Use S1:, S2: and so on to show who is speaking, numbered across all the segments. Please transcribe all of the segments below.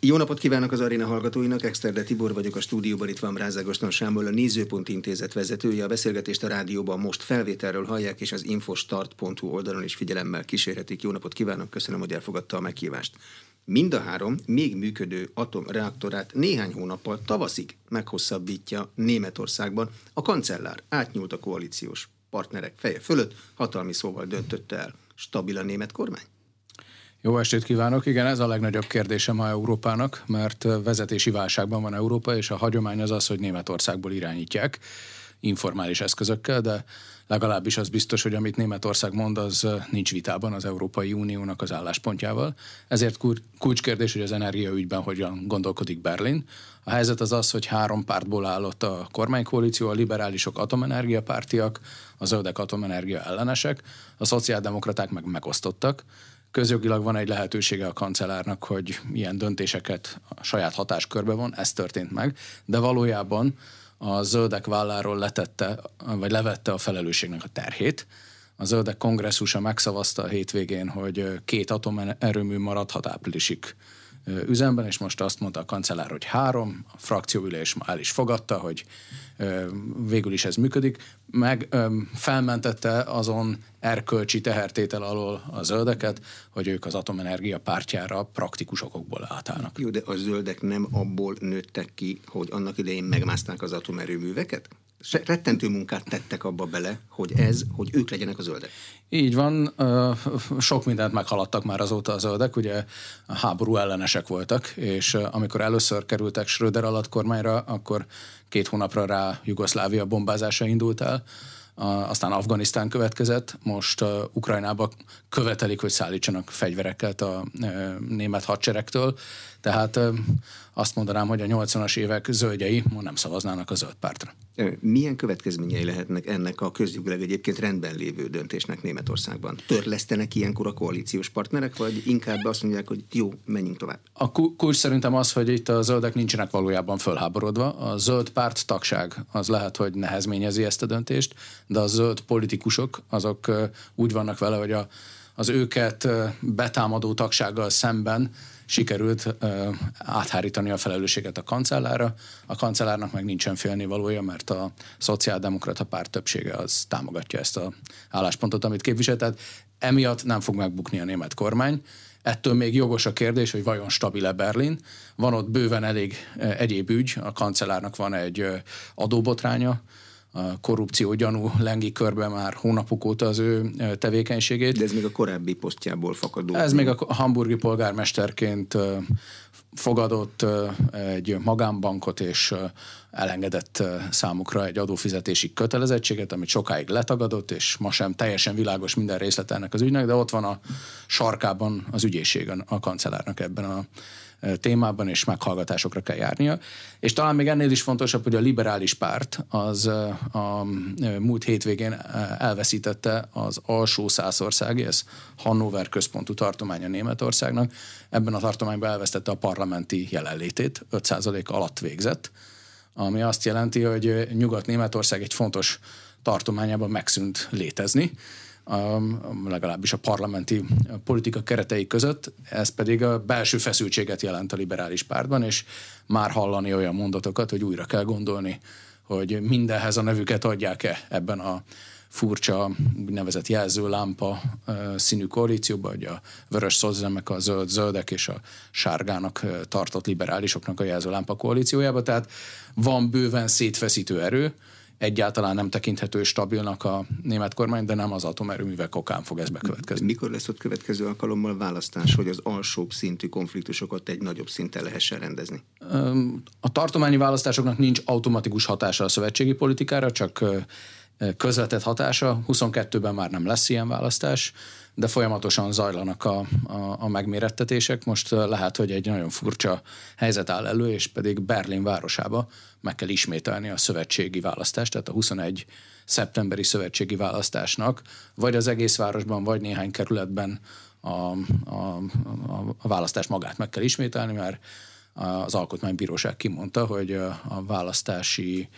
S1: Jó napot kívánok az aréna hallgatóinak, Exterde Tibor vagyok, a stúdióban itt van Mráz Ágoston Sámuel, a Nézőpont Intézet vezetője. A beszélgetést a rádióban most felvételről hallják, és az infostart.hu oldalon is figyelemmel kísérhetik. Jó napot kívánok, köszönöm, hogy elfogadta a meghívást. Mind a három még működő atomreaktorát néhány hónappal tavaszig meghosszabbítja Németországban. A kancellár átnyúlt a koalíciós partnerek feje fölött, hatalmi szóval döntötte el. Stabil a német kormány?
S2: Jó estét kívánok! Igen, ez a legnagyobb kérdése ma Európának, mert vezetési válságban van Európa, és a hagyomány az, hogy Németországból irányítják informális eszközökkel, de legalábbis az biztos, hogy amit Németország mond, az nincs vitában az Európai Uniónak az álláspontjával. Ezért kulcskérdés, hogy az energiaügyben hogyan gondolkodik Berlin. A helyzet az, hogy három pártból állott a kormánykoalíció, a liberálisok atomenergiapártiak, a zöldek atomenergia ellenesek, a szociáldemokraták meg megosztottak. Közjogilag van egy lehetősége a kancellárnak, hogy ilyen döntéseket a saját hatáskörbe von, ez történt meg, de valójában a zöldek válláról levette a felelősségnek a terhét. A zöldek kongresszusa megszavazta a hétvégén, hogy 2 atomerőmű maradhat áprilisig üzemben, és most azt mondta a kancellár, hogy 3, a frakcióülés már el is fogadta, hogy végül is ez működik, meg felmentette azon erkölcsi tehertétel alól a zöldeket, hogy ők az atomenergia pártjára praktikus okokból átállnak.
S1: Jó, de a zöldek nem abból nőttek ki, hogy annak idején megmászták az atomerőműveket? Rettentő munkát tettek abba bele, hogy ők legyenek a zöldek.
S2: Így van, sok mindent meghaladtak már azóta a zöldek, ugye a háború ellenesek voltak, és amikor először kerültek Schröder alatt kormányra, akkor 2 hónapra rá Jugoszlávia bombázása indult el, aztán Afganisztán következett, most Ukrajnába követelik, hogy szállítsanak fegyvereket a német hadseregtől, tehát azt mondanám, hogy a 80-as évek zöldjei ma nem szavaznának a zöld pártra.
S1: Milyen következményei lehetnek ennek a közjogilag egyébként rendben lévő döntésnek Németországban? Törlesztenek ilyenkor a koalíciós partnerek, vagy inkább azt mondják, hogy jó, menjünk tovább?
S2: A kulcs szerintem az, hogy itt a zöldek nincsenek valójában fölháborodva. A zöld párt tagság az lehet, hogy nehezményezi ezt a döntést, de a zöld politikusok azok úgy vannak vele, hogy az őket betámadó tagsággal szemben sikerült áthárítani a felelősséget a kancellárra. A kancellárnak meg nincsen félnivalója, mert a szociáldemokrata párt többsége az támogatja ezt az álláspontot, amit képvisel. Tehát emiatt nem fog megbukni a német kormány. Ettől még jogos a kérdés, hogy vajon stabil-e Berlin. Van ott bőven elég egyéb ügy, a kancellárnak van egy adóbotránya, a korrupció gyanú lengi körbe már hónapok óta az ő tevékenységét.
S1: De ez még a korábbi posztjából fakadó.
S2: Ez még a hamburgi polgármesterként fogadott egy magánbankot, és elengedett számukra egy adófizetési kötelezettséget, amit sokáig letagadott, és ma sem teljesen világos minden részlet ennek az ügynek, de ott van a sarkában az ügyészség a kancellárnak ebben a témában, és meghallgatásokra kell járnia. És talán még ennél is fontosabb, hogy a liberális párt az a múlt hétvégén elveszítette az alsó szászországi, ez Hannover központú tartománya Németországnak. Ebben a tartományban elvesztette a parlamenti jelenlétét, 5% alatt végzett, ami azt jelenti, hogy Nyugat-Németország egy fontos tartományában megszűnt létezni, legalábbis a parlamenti politika keretei között, ez pedig a belső feszültséget jelent a liberális pártban, és már hallani olyan mondatokat, hogy újra kell gondolni, hogy mindenhez a nevüket adják-e ebben a furcsa úgynevezett jelzőlámpa színű koalícióban, hogy a vörös szocialisták, a zöldek és a sárgának tartott liberálisoknak a jelzőlámpa koalíciójába, tehát van bőven szétfeszítő erő, egyáltalán nem tekinthető stabilnak a német kormány, de nem az atomerőművek okán fog ez bekövetkezni.
S1: Mikor lesz ott következő alkalommal választás, hogy az alsóbb szintű konfliktusokat egy nagyobb szinten lehessen rendezni?
S2: A tartományi választásoknak nincs automatikus hatása a szövetségi politikára, csak közvetett hatása. 22-ben már nem lesz ilyen választás, de folyamatosan zajlanak a megmérettetések. Most lehet, hogy egy nagyon furcsa helyzet áll elő, és pedig Berlin városába meg kell ismételni a szövetségi választást, tehát a 21 szeptemberi szövetségi választásnak, vagy az egész városban, vagy néhány kerületben a választást magát meg kell ismételni, mert az Alkotmánybíróság kimondta, hogy a választási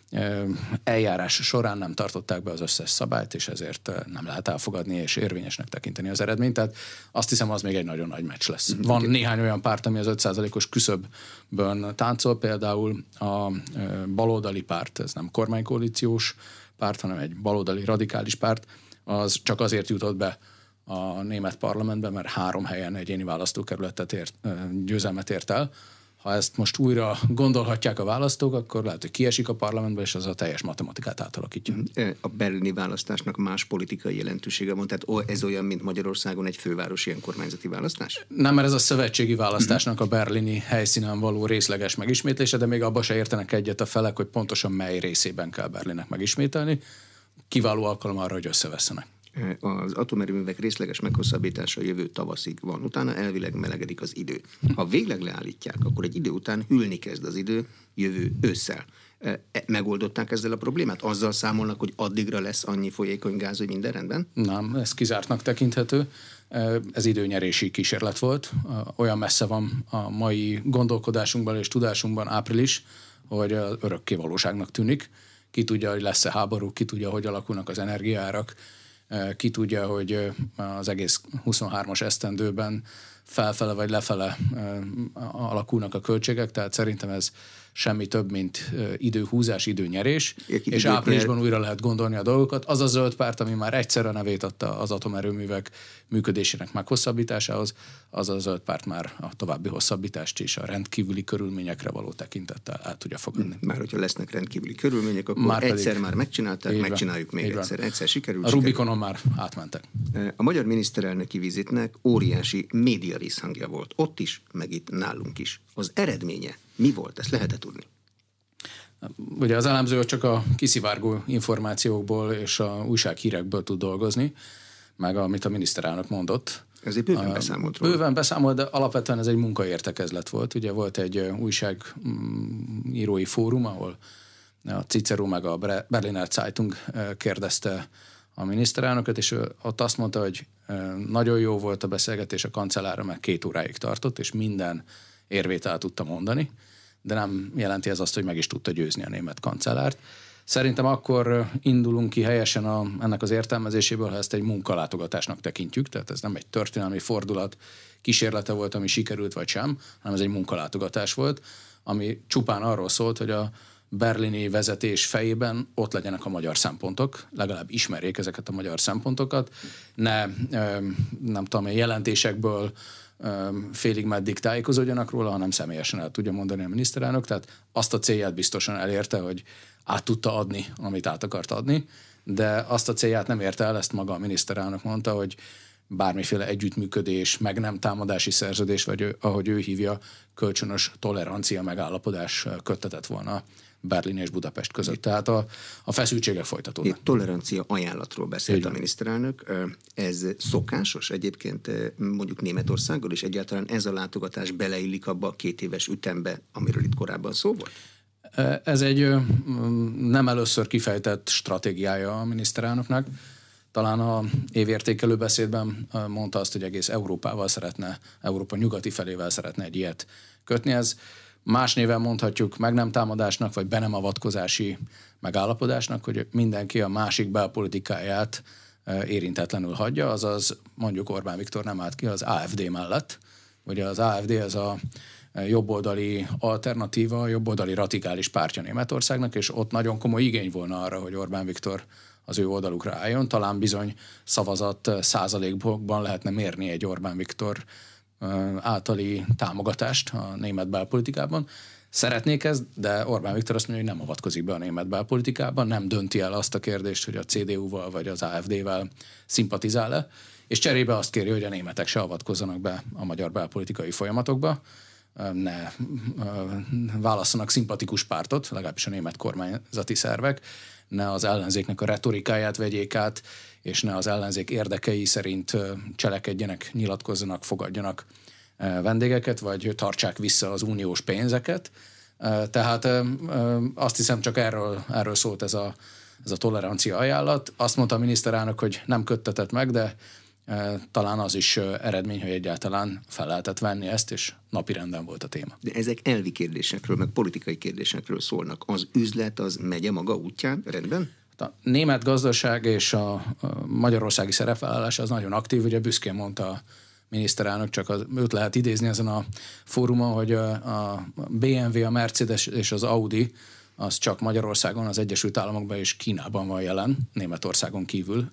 S2: eljárás során nem tartották be az összes szabályt, és ezért nem lehet elfogadni és érvényesnek tekinteni az eredményt. Tehát azt hiszem, az még egy nagyon nagy meccs lesz. Van néhány olyan párt, ami az 5%-os küszöbön táncol, például a baloldali párt, ez nem kormánykoalíciós párt, hanem egy baloldali radikális párt, az csak azért jutott be a német parlamentben, mert 3 helyen egyéni választókerületet győzelmet ért el. Ha ezt most újra gondolhatják a választók, akkor lehet, hogy kiesik a parlamentbe, és az a teljes matematikát átalakítja.
S1: A berlini választásnak más politikai jelentősége van, tehát ez olyan, mint Magyarországon egy fővárosi önkormányzati választás?
S2: Nem, mert ez a szövetségi választásnak a berlini helyszínen való részleges megismétlése, de még abba se értenek egyet a felek, hogy pontosan mely részében kell Berlinnek megismételni. Kiváló alkalom arra, hogy összevesszenek.
S1: Az atomerőművek részleges meghosszabbítása jövő tavaszig van, utána elvileg melegedik az idő. Ha végleg leállítják, akkor egy idő után hűlni kezd az idő jövő ősszel. Megoldották ezzel a problémát? Azzal számolnak, hogy addigra lesz annyi folyékony gáz, hogy minden rendben?
S2: Nem, ez kizártnak tekinthető. Ez időnyerési kísérlet volt. Olyan messze van a mai gondolkodásunkban és tudásunkban április, hogy örökké valóságnak tűnik. Ki tudja, hogy lesz-e háború, ki tudja, hogy alakulnak az energiaárak, ki tudja, hogy az egész 23-as esztendőben felfele vagy lefele alakulnak a költségek, tehát szerintem ez semmi több, mint időhúzás, időnyerés, és áprilisban újra lehet gondolni a dolgokat. Az a zöld párt, ami már egyszer a nevét adta az atomerőművek működésének meghosszabbításához, az a zöld párt már a további hosszabbítást is a rendkívüli körülményekre való tekintettel el tudja fogadni.
S1: Már hogyha lesznek rendkívüli körülmények, akkor már egyszer már megcsinálták, megcsináljuk még egyszer. Egyszer sikerült.
S2: A Rubikonon már átmentek.
S1: A magyar miniszterelnöki vizitnek óriási média visszhangja volt. Ott is, meg itt nálunk is. Az eredménye mi volt? Ezt lehet tudni?
S2: Ugye az elemző csak a kiszivárgó információkból és a újsághírekből tud dolgozni, meg amit a miniszterelnök mondott.
S1: Ezért bőven beszámolt róla.
S2: Bőven beszámolt, de alapvetően ez egy munkaértekezlet volt. Ugye volt egy újságírói fórum, ahol a Cicero meg a Berliner Zeitung kérdezte a miniszterelnököt, és ott azt mondta, hogy nagyon jó volt a beszélgetés a kancellárra, meg 2 óráig tartott, és minden érvét el tudta mondani, de nem jelenti ez azt, hogy meg is tudta győzni a német kancellárt. Szerintem akkor indulunk ki helyesen ennek az értelmezéséből, ha ezt egy munkalátogatásnak tekintjük, tehát ez nem egy történelmi fordulat kísérlete volt, ami sikerült vagy sem, hanem ez egy munkalátogatás volt, ami csupán arról szólt, hogy a berlini vezetés fejében ott legyenek a magyar szempontok, legalább ismerjék ezeket a magyar szempontokat, nem tudom, jelentésekből félig meddig tájékozódjanak róla, hanem személyesen el tudja mondani a miniszterelnök, tehát azt a célját biztosan elérte, hogy át tudta adni, amit át akart adni, de azt a célját nem érte el, ezt maga a miniszterelnök mondta, hogy bármiféle együttműködés, meg nem támadási szerződés, vagy ahogy ő hívja, kölcsönös tolerancia megállapodás köttetett volna Berlin és Budapest között. Tehát a feszültségek folytatódnak.
S1: Tolerancia ajánlatról beszélt a miniszterelnök. Ez szokásos egyébként mondjuk Németországgal, és egyáltalán ez a látogatás beleillik abba a 2 éves ütembe, amiről itt korábban szó volt?
S2: Ez egy nem először kifejtett stratégiája a miniszterelnöknek. Talán a évértékelő beszédben mondta azt, hogy egész Európával szeretne, Európa nyugati felével szeretne egy ilyet kötni. Ez más néven mondhatjuk meg nem támadásnak, vagy be nem avatkozási megállapodásnak, hogy mindenki a másik belpolitikáját érintetlenül hagyja, azaz mondjuk Orbán Viktor nem állt ki az AfD mellett. Ugye az AfD ez a jobboldali alternatíva, jobboldali radikális pártja Németországnak, és ott nagyon komoly igény volna arra, hogy Orbán Viktor az ő oldalukra álljon. Talán bizony szavazat százalékban lehetne mérni egy Orbán Viktor általi támogatást a német belpolitikában. Szeretnék ezt, de Orbán Viktor azt mondja, hogy nem avatkozik be a német belpolitikában, nem dönti el azt a kérdést, hogy a CDU-val vagy az AfD-vel szimpatizál-e, és cserébe azt kéri, hogy a németek se avatkozzanak be a magyar belpolitikai folyamatokba, ne válasszanak szimpatikus pártot, legalábbis a német kormányzati szervek, ne az ellenzéknek a retorikáját vegyék át, és ne az ellenzék érdekei szerint cselekedjenek, nyilatkozzanak, fogadjanak vendégeket, vagy tartsák vissza az uniós pénzeket. Tehát azt hiszem, csak erről szólt ez a tolerancia ajánlat. Azt mondta a miniszterelnök, hogy nem köttetett meg, de talán az is eredmény, hogy egyáltalán fel lehetett venni ezt, és napirenden volt a téma.
S1: De ezek elvi kérdésekről, meg politikai kérdésekről szólnak. Az üzlet az megye maga útján, rendben?
S2: A német gazdaság és a magyarországi szerepvállalás az nagyon aktív, ugye büszkén mondta a miniszterelnök, csak őt lehet idézni ezen a fórumon, hogy a BMW, a Mercedes és az Audi az csak Magyarországon, az Egyesült Államokban és Kínában van jelen, Németországon kívül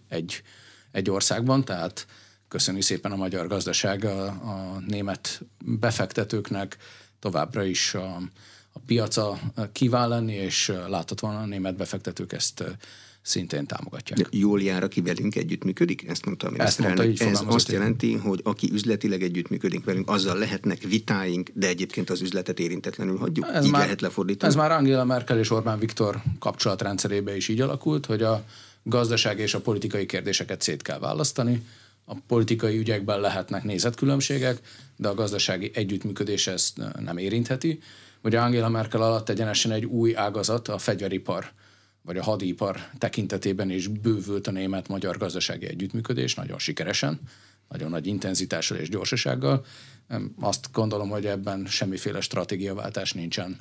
S2: egy országban, tehát köszöni szépen a magyar gazdaság a német befektetőknek, továbbra is a piaca kíván lenni, és láthatóan a német befektetők ezt szintén támogatják.
S1: De jól jár, aki velünk együttműködik? Ezt mondta a miniszterelnök. Ez azt jelenti, hogy aki üzletileg együttműködik velünk, azzal lehetnek vitáink, de egyébként az üzletet érintetlenül hagyjuk? Így lehet lefordítani?
S2: Ez már Angela Merkel és Orbán Viktor kapcsolatrendszerében is így alakult, hogy a gazdaság és a politikai kérdéseket szét kell választani. A politikai ügyekben lehetnek nézetkülönbségek, de a gazdasági együttműködés ezt nem érintheti. Ugye Angela Merkel alatt egyenesen egy új ágazat, a fegyveripar vagy a hadipar tekintetében is bővült a német-magyar gazdasági együttműködés, nagyon sikeresen, nagyon nagy intenzitással és gyorsasággal. Azt gondolom, hogy ebben semmiféle stratégiaváltás nincsen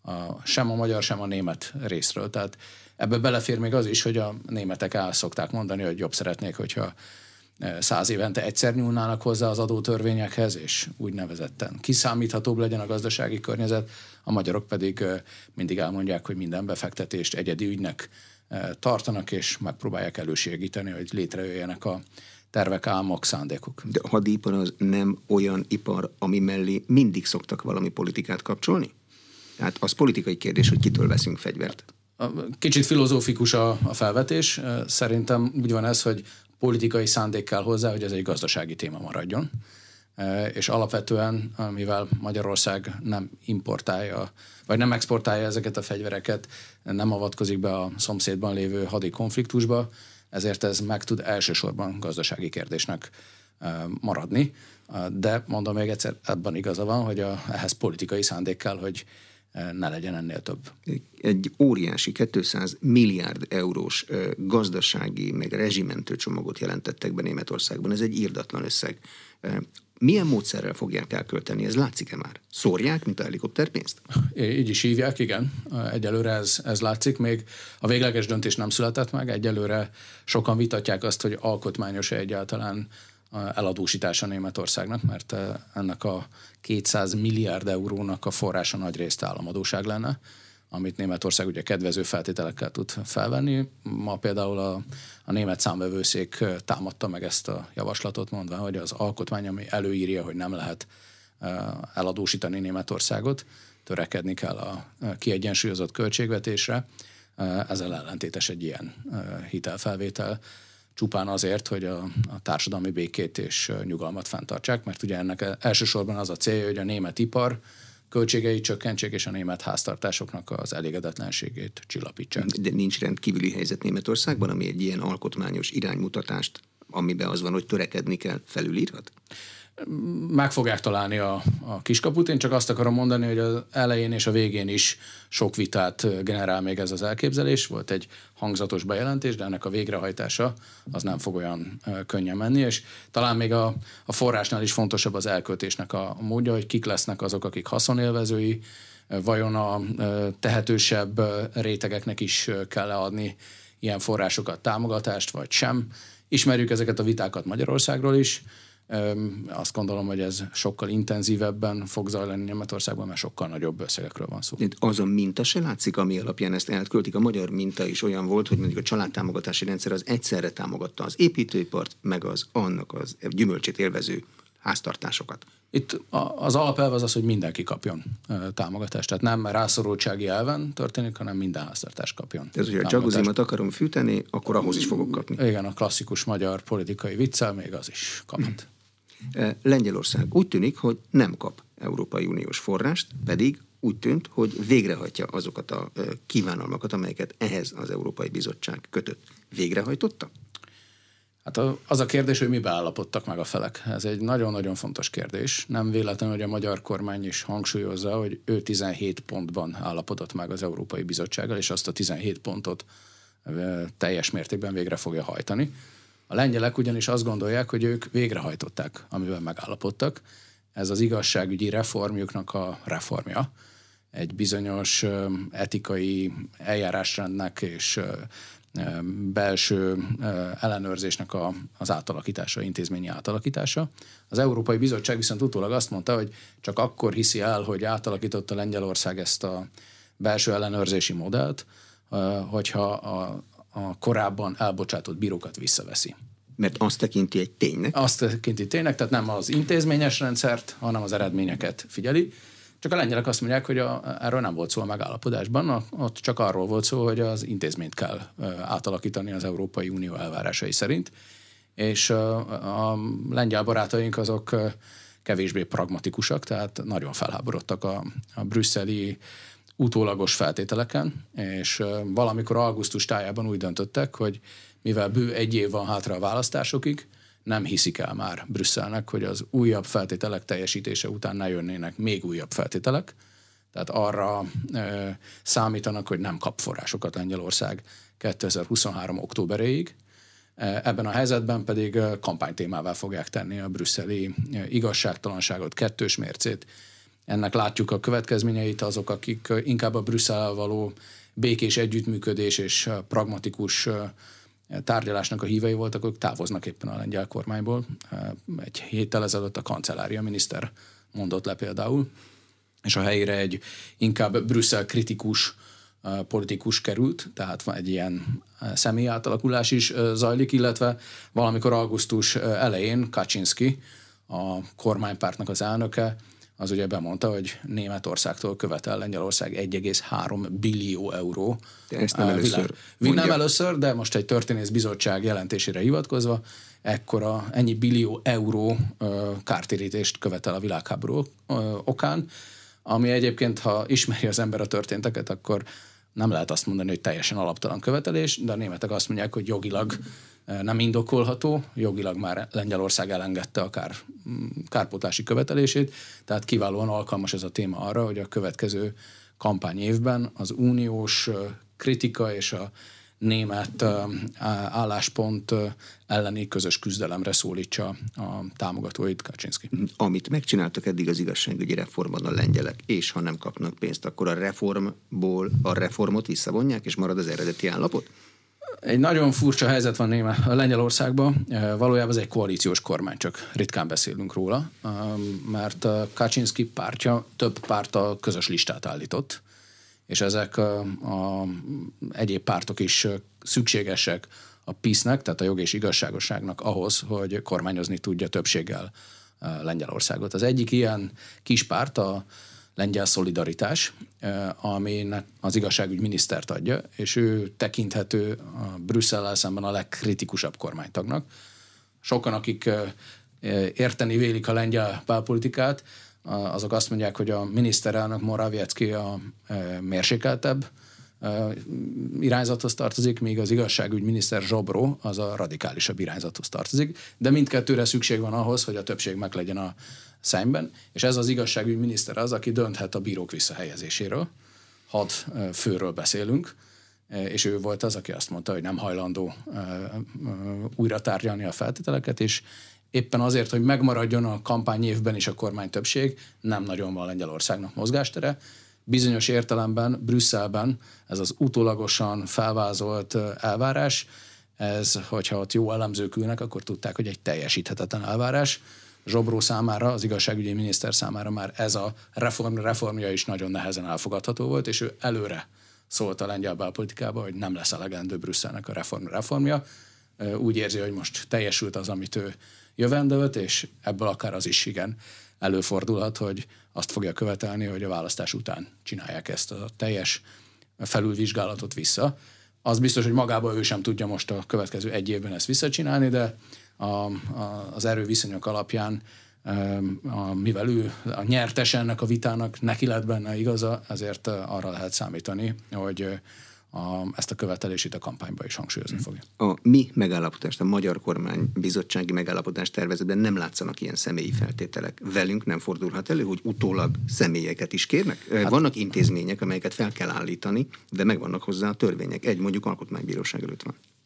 S2: sem a magyar, sem a német részről. Tehát ebbe belefér még az is, hogy a németek el szokták mondani, hogy jobb szeretnék, hogyha 100 évente egyszer nyúlnának hozzá az adótörvényekhez, és úgynevezetten kiszámíthatóbb legyen a gazdasági környezet, a magyarok pedig mindig elmondják, hogy minden befektetést egyedi ügynek tartanak, és megpróbálják elősegíteni, hogy létrejöjjenek a tervek, álmok, szándékok.
S1: De a hadipar az nem olyan ipar, ami mellé mindig szoktak valami politikát kapcsolni? Tehát az politikai kérdés, hogy kitől veszünk fegyvert.
S2: Kicsit filozófikus a felvetés. Szerintem úgy van ez, hogy politikai szándék kell hozzá, hogy ez egy gazdasági téma maradjon. És alapvetően, mivel Magyarország nem importálja, vagy nem exportálja ezeket a fegyvereket, nem avatkozik be a szomszédban lévő hadi konfliktusba, ezért ez meg tud elsősorban gazdasági kérdésnek maradni. De mondom még egyszer, ebben igaza van, hogy ehhez politikai szándék kell, hogy ne legyen ennél több.
S1: Egy óriási 200 milliárd eurós gazdasági, meg rezsimentő csomagot jelentettek be Németországban. Ez egy irdatlan összeg. Milyen módszerrel fogják elkölteni? Ez látszik-e már? Szórják, mint a helikopterpénzt?
S2: Így is hívják, igen. Egyelőre ez látszik. Még a végleges döntés nem született meg. Egyelőre sokan vitatják azt, hogy alkotmányos-e egyáltalán eladósítása Németországnak, mert ennek a 200 milliárd eurónak a forrása nagy részt államadóság lenne, amit Németország ugye kedvező feltételekkel tud felvenni. Ma például a német számvevőszék támadta meg ezt a javaslatot, mondva, hogy az alkotmány, ami előírja, hogy nem lehet eladósítani Németországot, törekedni kell a kiegyensúlyozott költségvetésre, ezzel ellentétes egy ilyen hitelfelvétel, csupán azért, hogy a társadalmi békét és nyugalmat fenntartsák, mert ugye ennek elsősorban az a célja, hogy a német ipar költségeit csökkentsék, és a német háztartásoknak az elégedetlenségét csillapítsák.
S1: De nincs rendkívüli helyzet Németországban, ami egy ilyen alkotmányos iránymutatást, amiben az van, hogy törekedni kell, felülírhat?
S2: Meg fogják találni a kiskaput. Én csak azt akarom mondani, hogy az elején és a végén is sok vitát generál még ez az elképzelés. Volt egy hangzatos bejelentés, de ennek a végrehajtása az nem fog olyan könnyen menni, és talán még a forrásnál is fontosabb az elköltésnek a módja, hogy kik lesznek azok, akik haszonélvezői, vajon a tehetősebb rétegeknek is kell adni ilyen forrásokat, támogatást, vagy sem. Ismerjük ezeket a vitákat Magyarországról is. Azt gondolom, hogy ez sokkal intenzívebben fog zajlani Németországban, mert sokkal nagyobb összegekről van szó.
S1: Az a minta se látszik, ami alapján ezt elköltik. A magyar minta is olyan volt, hogy mondjuk a családtámogatási rendszer az egyszerre támogatta az építőipart, meg annak az gyümölcsét élvező háztartásokat.
S2: Itt az alapelv az, hogy mindenki kapjon támogatást. Tehát nem rászorultsági elven történik, hanem minden háztartás kapjon.
S1: Tehát, hogyha a jacuzzimat akarom fűteni, akkor ahhoz is fogok kapni.
S2: Igen, a klasszikus magyar politikai viccel még az is kaphat.
S1: Lengyelország úgy tűnik, hogy nem kap Európai Uniós forrást, pedig úgy tűnt, hogy végrehajtja azokat a kívánalmakat, amelyeket ehhez az Európai Bizottság kötött. Végrehajtotta?
S2: Hát az a kérdés, hogy mibe állapodtak meg a felek. Ez egy nagyon-nagyon fontos kérdés. Nem véletlenül, hogy a magyar kormány is hangsúlyozza, hogy ő 17 pontban állapodott meg az Európai Bizottsággal, és azt a 17 pontot teljes mértékben végre fogja hajtani. A lengyelek ugyanis azt gondolják, hogy ők végrehajtották, amivel megállapodtak. Ez az igazságügyi reformjuknak a reformja. Egy bizonyos etikai eljárásrendnek és belső ellenőrzésnek az átalakítása, intézményi átalakítása. Az Európai Bizottság viszont utólag azt mondta, hogy csak akkor hiszi el, hogy átalakította Lengyelország ezt a belső ellenőrzési modellt, hogyha a korábban elbocsátott bírókat visszaveszi.
S1: Mert azt tekinti egy ténynek?
S2: Azt tekinti ténynek, tehát nem az intézményes rendszert, hanem az eredményeket figyeli. Csak a lengyelek azt mondják, hogy erről nem volt szó a megállapodásban, ott csak arról volt szó, hogy az intézményt kell átalakítani az Európai Unió elvárásai szerint, és a lengyel barátaink azok kevésbé pragmatikusak, tehát nagyon felháborodtak a brüsszeli utólagos feltételeken, és valamikor augusztus tájában úgy döntöttek, hogy mivel bő egy év van hátra a választásokig, nem hiszik el már Brüsszelnek, hogy az újabb feltételek teljesítése után ne jönnének még újabb feltételek. Tehát arra számítanak, hogy nem kap forrásokat Lengyelország 2023. októberéig. Ebben a helyzetben pedig kampánytémává fogják tenni a brüsszeli igazságtalanságot, kettős mércét. Ennek látjuk a következményeit, azok, akik inkább a Brüsszellel való békés együttműködés és pragmatikus tárgyalásnak a hívei voltak, ők távoznak éppen a lengyel kormányból. Egy héttel ezelőtt a kancellária miniszter mondott le például, és a helyére egy inkább Brüsszel kritikus politikus került, tehát egy ilyen személyi átalakulás is zajlik, illetve valamikor augusztus elején Kaczynski, a kormánypártnak az elnöke, az ugye bemondta, hogy Németországtól követel Lengyelország 1,3 billió euró.
S1: De ezt nem először.
S2: Nem először, de most egy történész bizottság jelentésére hivatkozva ennyi billió euró kártérítést követel a világháború okán, ami egyébként, ha ismeri az ember a történteket, akkor nem lehet azt mondani, hogy teljesen alaptalan követelés, de a németek azt mondják, hogy jogilag nem indokolható, jogilag már Lengyelország elengedte a kárpótlási követelését, tehát kiválóan alkalmas ez a téma arra, hogy a következő kampányévben az uniós kritika és a német álláspont elleni közös küzdelemre szólítsa a támogatóit Kaczynski.
S1: Amit megcsináltak eddig az igazságügyi reformban a lengyelek, és ha nem kapnak pénzt, akkor a reformból a reformot visszavonják, és marad az eredeti állapot?
S2: Egy nagyon furcsa helyzet van a Lengyelországban. Valójában ez egy koalíciós kormány, csak ritkán beszélünk róla, mert Kaczynski pártja több párttal közös listát állított, és ezek a egyéb pártok is szükségesek a PiS-nek, tehát a jog és igazságosságnak ahhoz, hogy kormányozni tudja többséggel Lengyelországot. Az egyik ilyen kis párt a Lengyel Szolidaritás, aminek az igazságügyminisztert adja, és ő tekinthető a Brüsszellel szemben a legkritikusabb kormánytagnak. Sokan, akik érteni vélik a lengyel belpolitikát, azok azt mondják, hogy a miniszterelnök Morawiecki a mérsékeltebb irányzathoz tartozik, míg az igazságügyminiszter Zsobró az a radikálisabb irányzathoz tartozik, de mindkettőre szükség van ahhoz, hogy a többség meg legyen a Szeimben, és ez az igazságügyminiszter az, aki dönthet a bírók visszahelyezéséről. 6 főről beszélünk, és ő volt az, aki azt mondta, hogy nem hajlandó újra tárgyalni a feltételeket, és éppen azért, hogy megmaradjon a kampányévben is a kormány többség, nem nagyon van Lengyelországnak mozgástere. Bizonyos értelemben Brüsszelben ez az utólagosan felvázolt elvárás, ez, hogyha ott jó elemzők ülnek, akkor tudták, hogy egy teljesíthetetlen elvárás. Zsobró számára, az igazságügyi miniszter számára már ez a reformja is nagyon nehezen elfogadható volt, és ő előre szólt a lengyel belpolitikába, hogy nem lesz elegendő Brüsszelnek a reformja. Úgy érzi, hogy most teljesült az, amit ő jövendölt, és ebből akár az is igen előfordulhat, hogy azt fogja követelni, hogy a választás után csinálják ezt a teljes felülvizsgálatot vissza. Az biztos, hogy magában ő sem tudja most a következő egy évben ezt visszacsinálni, de az erőviszonyok alapján, mivel ő a nyertes ennek a vitának, neki lett benne igaza, ezért arra lehet számítani, hogy ezt a követelését a kampányban is hangsúlyozni fogja.
S1: A mi megállapodást, a magyar kormány bizottsági megállapodás tervezetben nem látszanak ilyen személyi feltételek. Velünk nem fordulhat elő, hogy utólag személyeket is kérnek? Vannak intézmények, amelyeket fel kell állítani, de megvannak hozzá a törvények. Egy mondjuk alkotmánybíróság előtt van.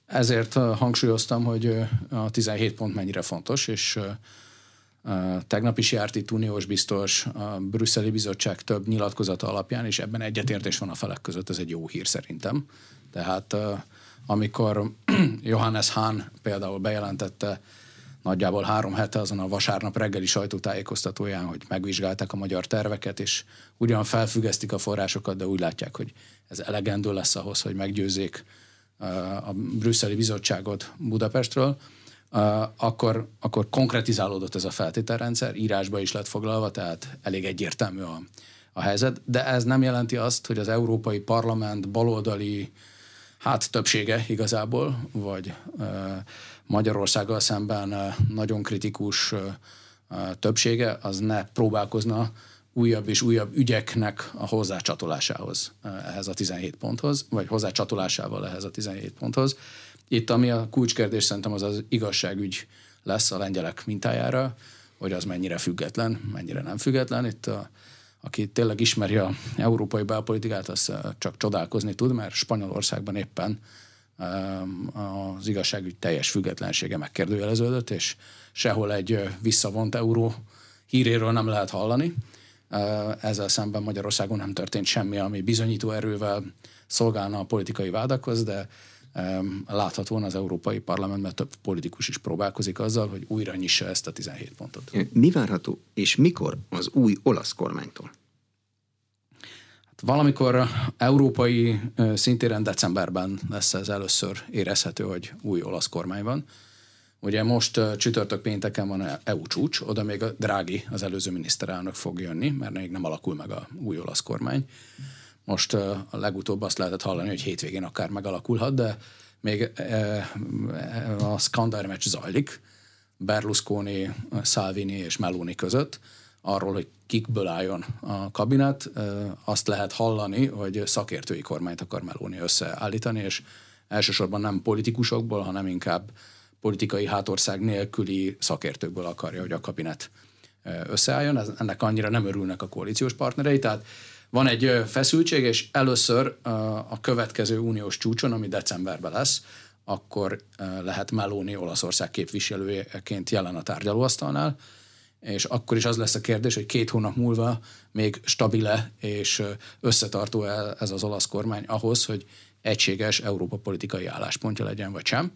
S2: Ezért hangsúlyoztam, hogy a 17 pont mennyire fontos, és tegnap is járt itt uniós biztos, a brüsszeli bizottság több nyilatkozata alapján, és ebben egyetértés van a felek között, ez egy jó hír szerintem. Tehát amikor Johannes Hahn például bejelentette nagyjából 3 hete azon a vasárnap reggeli sajtótájékoztatóján, hogy megvizsgálták a magyar terveket, és ugyan felfüggesztik a forrásokat, de úgy látják, hogy ez elegendő lesz ahhoz, hogy meggyőzzék a brüsszeli bizottságot Budapestről, akkor konkretizálódott ez a feltételrendszer, írásba is lett foglalva, tehát elég egyértelmű a helyzet, de ez nem jelenti azt, hogy az Európai Parlament baloldali többsége igazából, vagy Magyarországgal szemben nagyon kritikus többsége, az ne próbálkozna újabb és újabb ügyeknek a hozzácsatolásához ehhez a 17 ponthoz, vagy hozzácsatolásával ehhez a 17 ponthoz. Itt ami a kulcskérdés szerintem az igazságügy lesz a lengyelek mintájára, hogy az mennyire független, mennyire nem független. Itt aki tényleg ismeri az európai belpolitikát, az csak csodálkozni tud, mert Spanyolországban éppen az igazságügy teljes függetlensége megkérdőjeleződött, és sehol egy visszavont euró híréről nem lehet hallani. Ezzel szemben Magyarországon nem történt semmi, ami bizonyító erővel szolgálna a politikai vádakhoz, de láthatóan az Európai Parlamentben több politikus is próbálkozik azzal, hogy újra nyissa ezt a 17 pontot.
S1: Mi várható, és mikor az új olasz kormánytól?
S2: Valamikor európai szintéren decemberben lesz ez először érezhető, hogy új olasz kormány van. Ugye most csütörtök pénteken van EU csúcs, oda még a Draghi, az előző miniszterelnök fog jönni, mert még nem alakul meg a új olasz kormány. Most a legutóbb azt lehetett hallani, hogy hétvégén akár megalakulhat, de még a skandálmeccs zajlik Berlusconi, Salvini és Meloni között, arról, hogy kikből álljon a kabinet. Azt lehet hallani, hogy szakértői kormányt akar Meloni összeállítani, és elsősorban nem politikusokból, hanem inkább politikai hátország nélküli szakértőkből akarja, hogy a kabinet összeálljon. Ennek annyira nem örülnek a koalíciós partnerei, tehát van egy feszültség, és először a következő uniós csúcson, ami decemberben lesz, akkor lehet Meloni Olaszország képviselőjeként jelen a tárgyalóasztalnál, és akkor is az lesz a kérdés, hogy 2 hónap múlva még stabile és összetartó ez az olasz kormány ahhoz, hogy egységes Európa politikai álláspontja legyen, vagy sem.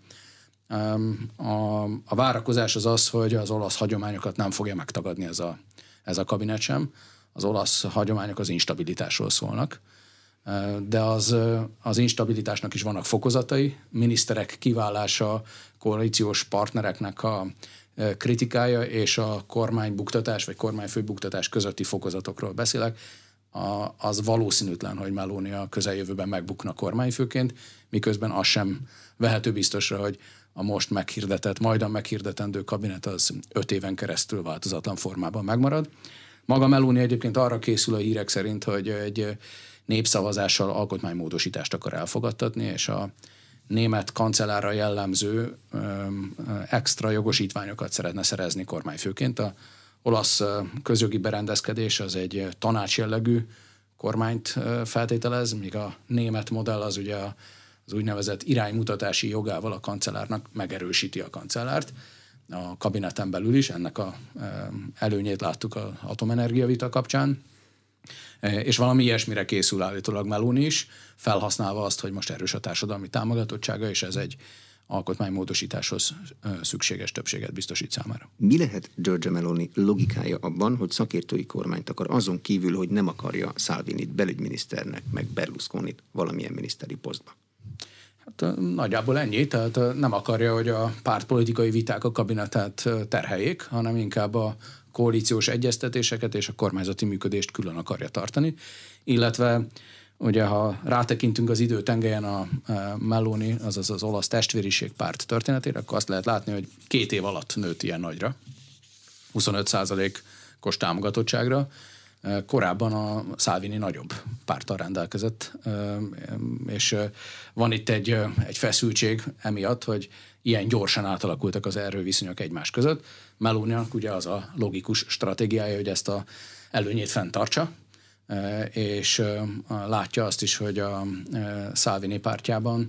S2: A várakozás az, hogy az olasz hagyományokat nem fogja megtagadni ez a kabinet sem. Az olasz hagyományok az instabilitásról szólnak, de az instabilitásnak is vannak fokozatai, miniszterek kiválása, koalíciós partnereknek a kritikája és a kormánybuktatás vagy kormányfőbuktatás közötti fokozatokról beszélek. Az valószínűtlen, hogy Meloni a közeljövőben megbukna kormányfőként, miközben az sem vehető biztosra, hogy a most meghirdetett, majdan meghirdetendő kabinet az 5 éven keresztül változatlan formában megmarad. Maga Meloni egyébként arra készül a hírek szerint, hogy egy népszavazással alkotmánymódosítást akar elfogadtatni, és a német kancellárra jellemző extra jogosítványokat szeretne szerezni kormányfőként. A olasz közjogi berendezkedés az egy tanácsjellegű kormányt feltételez, míg a német modell az ugye az úgynevezett iránymutatási jogával a kancellárnak megerősíti a kancellárt. A kabineten belül is, ennek a előnyét láttuk az atomenergia vita kapcsán, és valami ilyesmire készül állítólag Meloni is, felhasználva azt, hogy most erős a társadalmi támogatottsága, és ez egy alkotmánymódosításhoz szükséges többséget biztosít számára.
S1: Mi lehet Giorgia Meloni logikája abban, hogy szakértői kormányt akar, azon kívül, hogy nem akarja Salvinit belügyminiszternek, meg Berlusconit valamilyen miniszteri posztba?
S2: Hát nagyjából ennyi, tehát nem akarja, hogy a pártpolitikai viták a kabinetet terheljék, hanem inkább a koalíciós egyeztetéseket és a kormányzati működést külön akarja tartani, illetve ugye ha rátekintünk az időtengelyen a Meloni, azaz az olasz testvériség párt történetére, akkor azt lehet látni, hogy 2 év alatt nőtt ilyen nagyra, 25%-os támogatottságra. Korábban a Salvini nagyobb párttal rendelkezett, és van itt egy feszültség emiatt, hogy ilyen gyorsan átalakultak az erőviszonyok egymás között. Meloninak ugye az a logikus stratégiája, hogy ezt a előnyét fenntartsa, és látja azt is, hogy a Salvini pártjában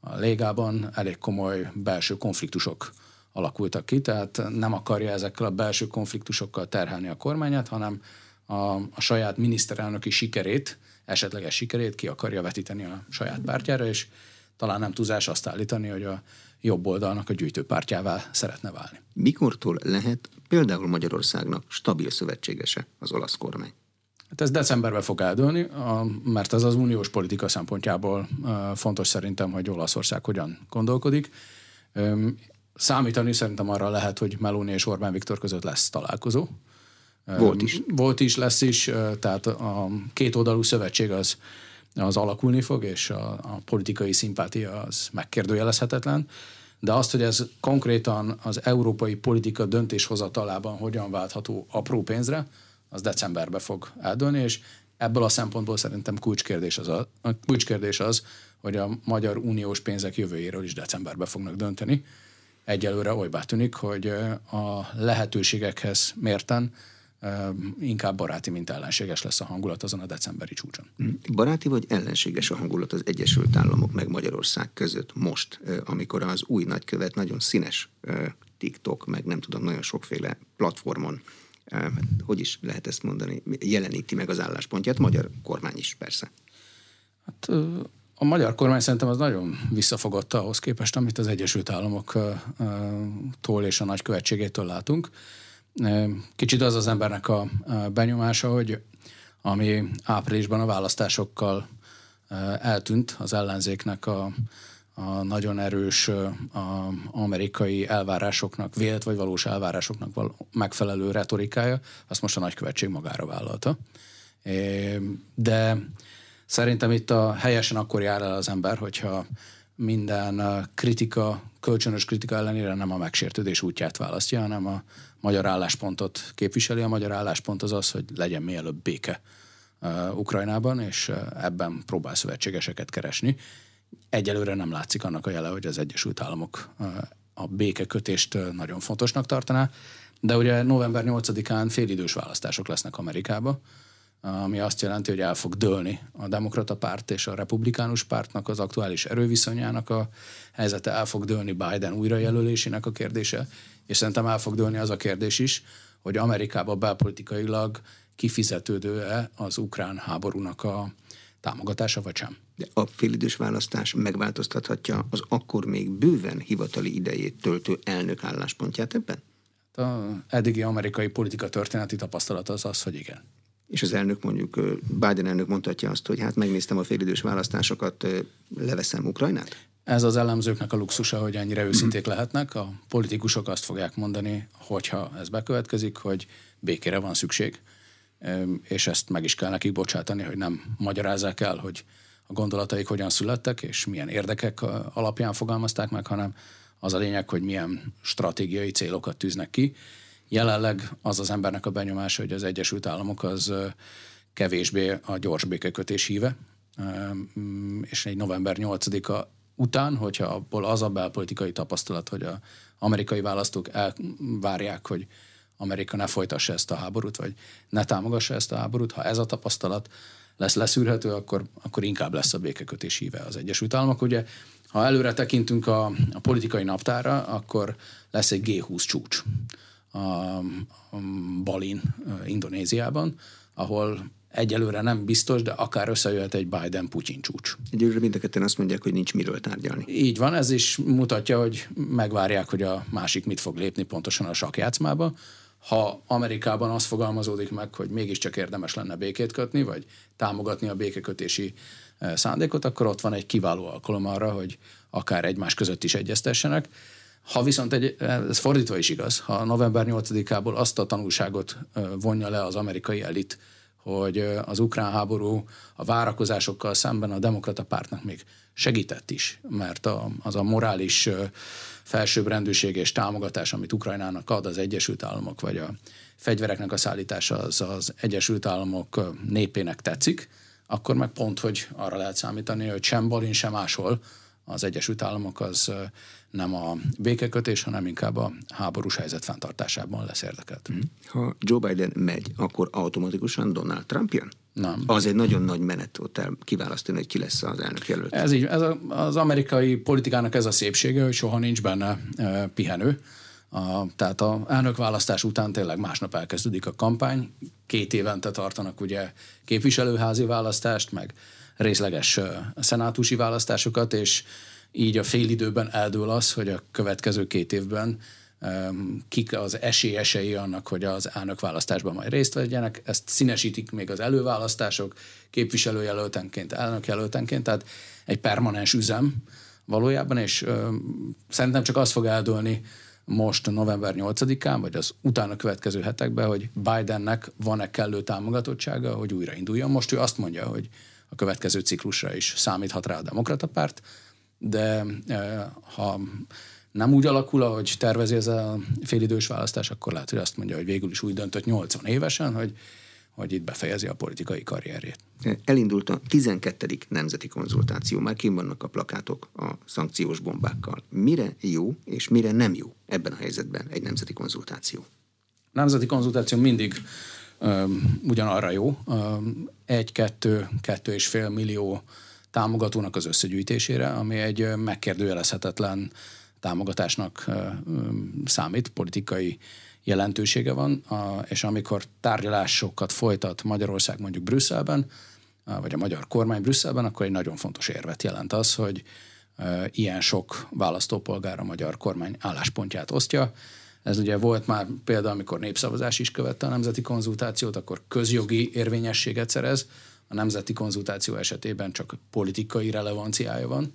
S2: a Légában elég komoly belső konfliktusok alakultak ki, tehát nem akarja ezekkel a belső konfliktusokkal terhelni a kormányát, hanem a saját miniszterelnöki sikerét, esetleges sikerét ki akarja vetíteni a saját pártjára, és talán nem túlzás azt állítani, hogy a jobb oldalnak a gyűjtőpártjává szeretne válni.
S1: Mikortól lehet például Magyarországnak stabil szövetségese az olasz kormány?
S2: Hát ez decemberben fog eldőlni, mert ez az uniós politika szempontjából fontos szerintem, hogy Olaszország hogyan gondolkodik. Számítani szerintem arra lehet, hogy Meloni és Orbán Viktor között lesz találkozó. Volt is, lesz is, tehát a kétoldalú szövetség az alakulni fog, és a politikai szimpátia az megkérdőjelezhetetlen. De azt, hogy ez konkrétan az európai politika döntéshozatalában hogyan váltható apró pénzre, az decemberben fog eldőlni, és ebből a szempontból szerintem kulcskérdés az, hogy a magyar uniós pénzek jövőjéről is decemberben fognak dönteni. Egyelőre olybá tűnik, hogy a lehetőségekhez mérten inkább baráti, mint ellenséges lesz a hangulat azon a decemberi csúcson.
S1: Baráti vagy ellenséges a hangulat az Egyesült Államok meg Magyarország között most, amikor az új nagykövet nagyon színes TikTok, meg nem tudom, nagyon sokféle platformon, hogy is lehet ezt mondani, jeleníti meg az álláspontját, magyar kormány is persze.
S2: Hát a magyar kormány szerintem az nagyon visszafogott ahhoz képest, amit az Egyesült Államoktól és a nagykövetségétől látunk. Kicsit az embernek a benyomása, hogy ami áprilisban a választásokkal eltűnt az ellenzéknek a nagyon erős amerikai elvárásoknak, vélt vagy valós elvárásoknak megfelelő retorikája, azt most a nagykövetség magára vállalta. De szerintem itt helyesen akkor jár el az ember, hogyha minden kölcsönös kritika ellenére nem a megsértődés útját választja, hanem a magyar álláspontot képviseli. A magyar álláspont az, hogy legyen mielőbb béke Ukrajnában, és ebben próbál szövetségeseket keresni. Egyelőre nem látszik annak a jele, hogy az Egyesült Államok a békekötést nagyon fontosnak tartaná, de ugye november 8-án félidős választások lesznek Amerikában, ami azt jelenti, hogy el fog dőlni a demokrata párt és a republikánus pártnak az aktuális erőviszonyának a helyzete, el fog dőlni Biden újrajelölésének a kérdése, és szerintem el fog dőlni az a kérdés is, hogy Amerikában belpolitikailag kifizetődő-e az ukrán háborúnak a támogatása, vagy sem.
S1: De a félidős választás megváltoztathatja az akkor még bőven hivatali idejét töltő elnök álláspontját ebben?
S2: A eddigi amerikai politika történeti tapasztalat az, hogy igen.
S1: És az elnök, mondjuk Biden elnök mondhatja azt, hogy hát megnéztem a félidős választásokat, leveszem Ukrajnát?
S2: Ez az elemzőknek a luxusa, hogy ennyire őszinték lehetnek. A politikusok azt fogják mondani, hogyha ez bekövetkezik, hogy békére van szükség, és ezt meg is kell nekik bocsátani, hogy nem magyarázzák el, hogy a gondolataik hogyan születtek, és milyen érdekek alapján fogalmazták meg, hanem az a lényeg, hogy milyen stratégiai célokat tűznek ki. Jelenleg az embernek a benyomása, hogy az Egyesült Államok az kevésbé a gyors békekötés híve, és egy november 8-a után, hogyha abból az a belpolitikai tapasztalat, hogy az amerikai választók elvárják, hogy Amerika ne folytassa ezt a háborút, vagy ne támogassa ezt a háborút, ha ez a tapasztalat lesz leszűrhető, akkor inkább lesz a békekötés híve az Egyesült Államok. Ugye, ha előre tekintünk a politikai naptárra, akkor lesz egy G20 csúcs a Balin, Indonéziában, ahol egyelőre nem biztos, de akár összejöhet egy Biden-Putyin csúcs.
S1: Egyelőre mind a ketten azt mondják, hogy nincs miről tárgyalni.
S2: Így van, ez is mutatja, hogy megvárják, hogy a másik mit fog lépni pontosan a sakkjátszmába. Ha Amerikában az fogalmazódik meg, hogy mégiscsak érdemes lenne békét kötni, vagy támogatni a békekötési szándékot, akkor ott van egy kiváló alkalom arra, hogy akár egymás között is egyeztessenek. Ha viszont ez fordítva is igaz, ha november 8-ából azt a tanulságot vonja le az amerikai elit, hogy az ukrán háború a várakozásokkal szemben a demokrata pártnak még segített is, mert az a morális felsőbbrendűség és támogatás, amit Ukrajnának ad az Egyesült Államok, vagy a fegyvereknek a szállítása az Egyesült Államok népének tetszik, akkor meg pont, hogy arra lehet számítani, hogy sem Balin, sem máshol az Egyesült Államok az nem a békekötés, hanem inkább a háborús helyzet fenntartásában lesz érdekelt.
S1: Ha Joe Biden megy, akkor automatikusan Donald Trump jön?
S2: Nem.
S1: Az egy nagyon nagy menet ott el kiválasztani, hogy ki lesz az elnök jelölt.
S2: Ez így, az amerikai politikának ez a szépsége, hogy soha nincs benne pihenő. Tehát az elnökválasztás után tényleg másnap elkezdődik a kampány. 2 évente tartanak ugye képviselőházi választást, meg részleges szenátusi választásokat, és így a félidőben eldől az, hogy a következő 2 évben kik az esélyesei annak, hogy az elnökválasztásban majd részt vegyenek. Ezt színesítik még az előválasztások, képviselőjelöltenként, elnökjelöltenként, tehát egy permanens üzem valójában, és szerintem csak az fog eldőlni most november 8-án, vagy az utána következő hetekben, hogy Bidennek van-e kellő támogatottsága, hogy újrainduljon. Most ő azt mondja, hogy a következő ciklusra is számíthat rá a demokrata párt, de ha nem úgy alakul, ahogy tervezi ez a félidős választás, akkor lehet, hogy azt mondja, hogy végül is úgy döntött 80 évesen, hogy itt befejezi a politikai karrierjét.
S1: Elindult a 12. nemzeti konzultáció, már kint vannak a plakátok a szankciós bombákkal. Mire jó és mire nem jó ebben a helyzetben egy nemzeti konzultáció?
S2: A nemzeti konzultáció mindig ugyanarra jó. 1-2,5 millió támogatónak az összegyűjtésére, ami egy megkérdőjelezhetetlen támogatásnak számít, politikai jelentősége van, és amikor tárgyalásokat folytat Magyarország mondjuk Brüsszelben, vagy a magyar kormány Brüsszelben, akkor egy nagyon fontos érvet jelent az, hogy ilyen sok választópolgár a magyar kormány álláspontját osztja. Ez ugye volt már például, amikor népszavazás is követte a nemzeti konzultációt, akkor közjogi érvényességet szerez. A nemzeti konzultáció esetében csak politikai relevanciája van,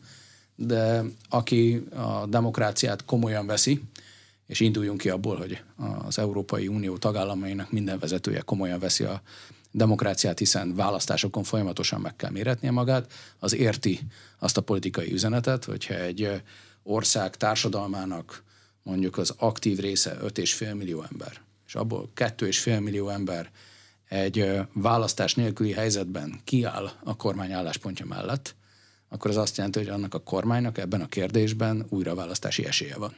S2: de aki a demokráciát komolyan veszi, és induljunk ki abból, hogy az Európai Unió tagállamainak minden vezetője komolyan veszi a demokráciát, hiszen választásokon folyamatosan meg kell méretnie magát, az érti azt a politikai üzenetet, hogyha egy ország társadalmának mondjuk az aktív része 5,5 millió ember, és abból 2,5 millió ember egy választás nélküli helyzetben kiáll a kormány álláspontja mellett, akkor az azt jelenti, hogy annak a kormánynak ebben a kérdésben újraválasztási esélye van.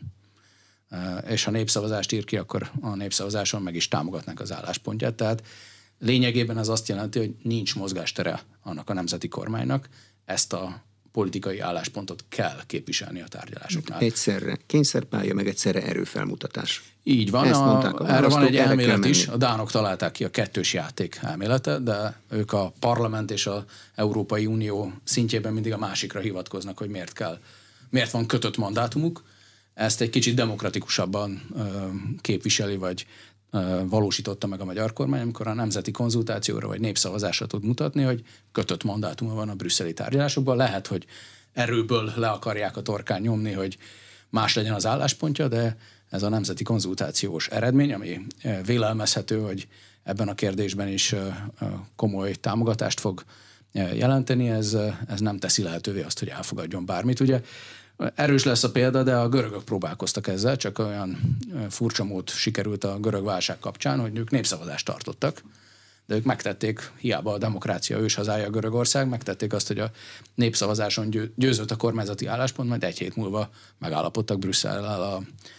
S2: És ha népszavazást ír ki, akkor a népszavazáson meg is támogatnak az álláspontját. Tehát lényegében ez azt jelenti, hogy nincs mozgástere annak a nemzeti kormánynak, ezt a politikai álláspontot kell képviselni a tárgyalásoknál.
S1: Egyszerre kényszerpálya, meg egyszerre erőfelmutatás.
S2: Így van, erre van egy elmélet is, a dánok találták ki a 2-s játék elmélete, de ők a parlament és az Európai Unió szintjében mindig a másikra hivatkoznak, hogy miért van kötött mandátumuk. Ezt egy kicsit demokratikusabban képviseli, vagy valósította meg a magyar kormány, amikor a nemzeti konzultációra vagy népszavazásra tud mutatni, hogy kötött mandátuma van a brüsszeli tárgyalásokban. Lehet, hogy erőből le akarják a torkán nyomni, hogy más legyen az álláspontja, de ez a nemzeti konzultációs eredmény, ami vélelmezhető, hogy ebben a kérdésben is komoly támogatást fog jelenteni, ez nem teszi lehetővé azt, hogy elfogadjon bármit. Ugye erős lesz a példa, de a görögök próbálkoztak ezzel, csak olyan furcsa mód sikerült a görög válság kapcsán, hogy ők népszavazást tartottak, de ők megtették, hiába a demokrácia őshazája Görögország, megtették azt, hogy a népszavazáson győzött a kormányzati álláspont, majd 1 hét múlva megállapodtak Brüsszellel a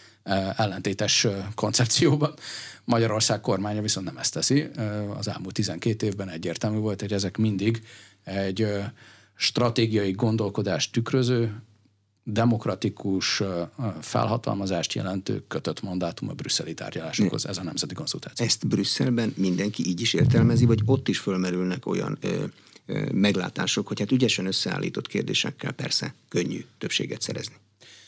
S2: ellentétes koncepcióban. Magyarország kormánya viszont nem ezt teszi. Az elmúlt 12 évben egyértelmű volt, hogy ezek mindig egy stratégiai gondolkodást tükröző, demokratikus felhatalmazást jelentő kötött mandátum a brüsszeli tárgyalásokhoz, ez a nemzeti konzultáció.
S1: Ezt Brüsszelben mindenki így is értelmezi, vagy ott is fölmerülnek olyan meglátások, hogy hát ügyesen összeállított kérdésekkel persze könnyű többséget szerezni?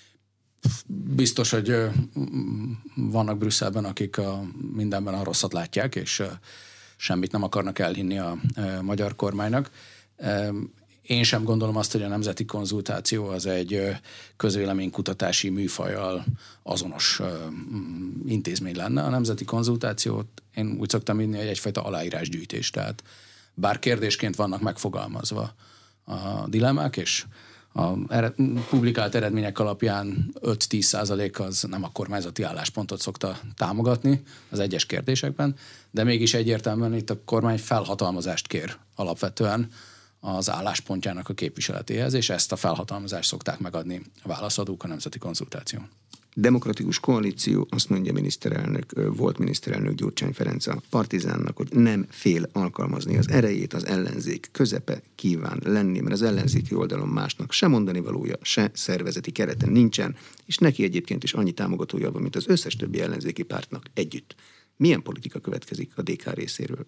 S2: Biztos, hogy vannak Brüsszelben, akik mindenben a rosszat látják, és semmit nem akarnak elhinni a magyar kormánynak. Én sem gondolom azt, hogy a nemzeti konzultáció az egy közvéleménykutatási műfajjal azonos intézmény lenne. A nemzeti konzultációt én úgy szoktam írni, hogy egyfajta aláírásgyűjtés. Tehát bár kérdésként vannak megfogalmazva a dilemmák, és a publikált eredmények alapján 5-10% az nem a kormányzati álláspontot szokta támogatni az egyes kérdésekben, de mégis egyértelműen itt a kormány felhatalmazást kér alapvetően az álláspontjának a képviseletéhez, és ezt a felhatalmazást szokták megadni a válaszadók a nemzeti konzultáción.
S1: Demokratikus koalíció, azt mondja volt miniszterelnök Gyurcsány Ferenc a Partizánnak, hogy nem fél alkalmazni az erejét, az ellenzék közepe kíván lenni, mert az ellenzéki oldalon másnak se mondani valója, se szervezeti kereten nincsen, és neki egyébként is annyi támogatója van, mint az összes többi ellenzéki pártnak együtt. Milyen politika következik a DK részéről?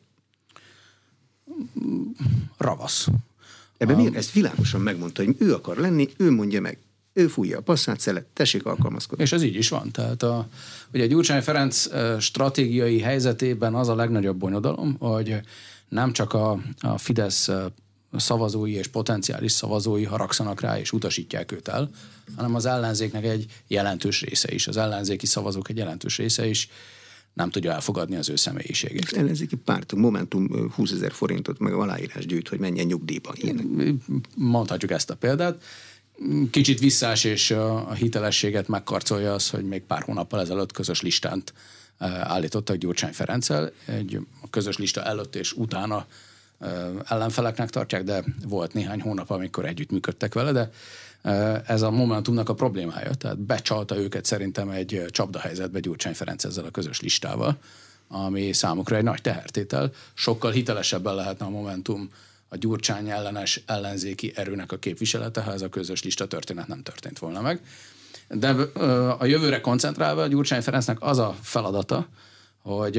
S2: Ravasz.
S1: Ebben ezt világosan megmondta, hogy ő akar lenni, ő mondja meg. Ő fújja a passzát szelet, tessék alkalmazkodni.
S2: És ez így is van. Tehát ugye Gyurcsány Ferenc stratégiai helyzetében az a legnagyobb bonyodalom, hogy nem csak a Fidesz szavazói és potenciális szavazói haragszanak rá és utasítják őt el, hanem az ellenzéknek egy jelentős része is, az ellenzéki szavazók egy jelentős része is nem tudja elfogadni az ő személyiségét.
S1: Az ellenzéki párt, Momentum 20 000 forintot meg aláírás gyűjt, hogy menjen nyugdíjba. Ilyenek.
S2: Mondhatjuk ezt a példát. Kicsit visszás és a hitelességet megkarcolja az, hogy még pár hónappal ezelőtt közös listát állítottak Gyurcsány Ferenccel. A közös lista előtt és utána ellenfeleknek tartják, de volt néhány hónap, amikor együttműködtek vele, de ez a Momentumnak a problémája. Tehát becsalta őket szerintem egy csapdahelyzetbe Gyurcsány Ferenc ezzel a közös listával, ami számukra egy nagy tehertétel. Sokkal hitelesebben lehetne a Momentum a Gyurcsány ellenes ellenzéki erőnek a képviselete, ha ez a közös lista történet nem történt volna meg. De a jövőre koncentrálva a Gyurcsány Ferencnek az a feladata, hogy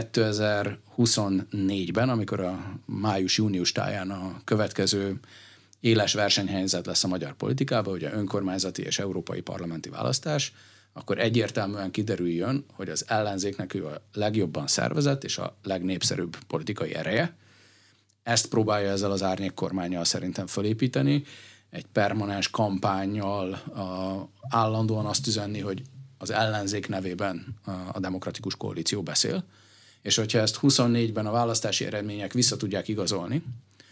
S2: 2024-ben, amikor a május-június táján a következő éles versenyhelyzet lesz a magyar politikában, ugye önkormányzati és európai parlamenti választás, akkor egyértelműen kiderüljön, hogy az ellenzéknek ő a legjobban szervezett és a legnépszerűbb politikai ereje. Ezt próbálja ezzel az árnyékkormánnyal szerintem fölépíteni, egy permanens kampánnyal állandóan azt üzenni, hogy az ellenzék nevében a demokratikus koalíció beszél, és hogyha ezt 24-ben a választási eredmények vissza tudják igazolni,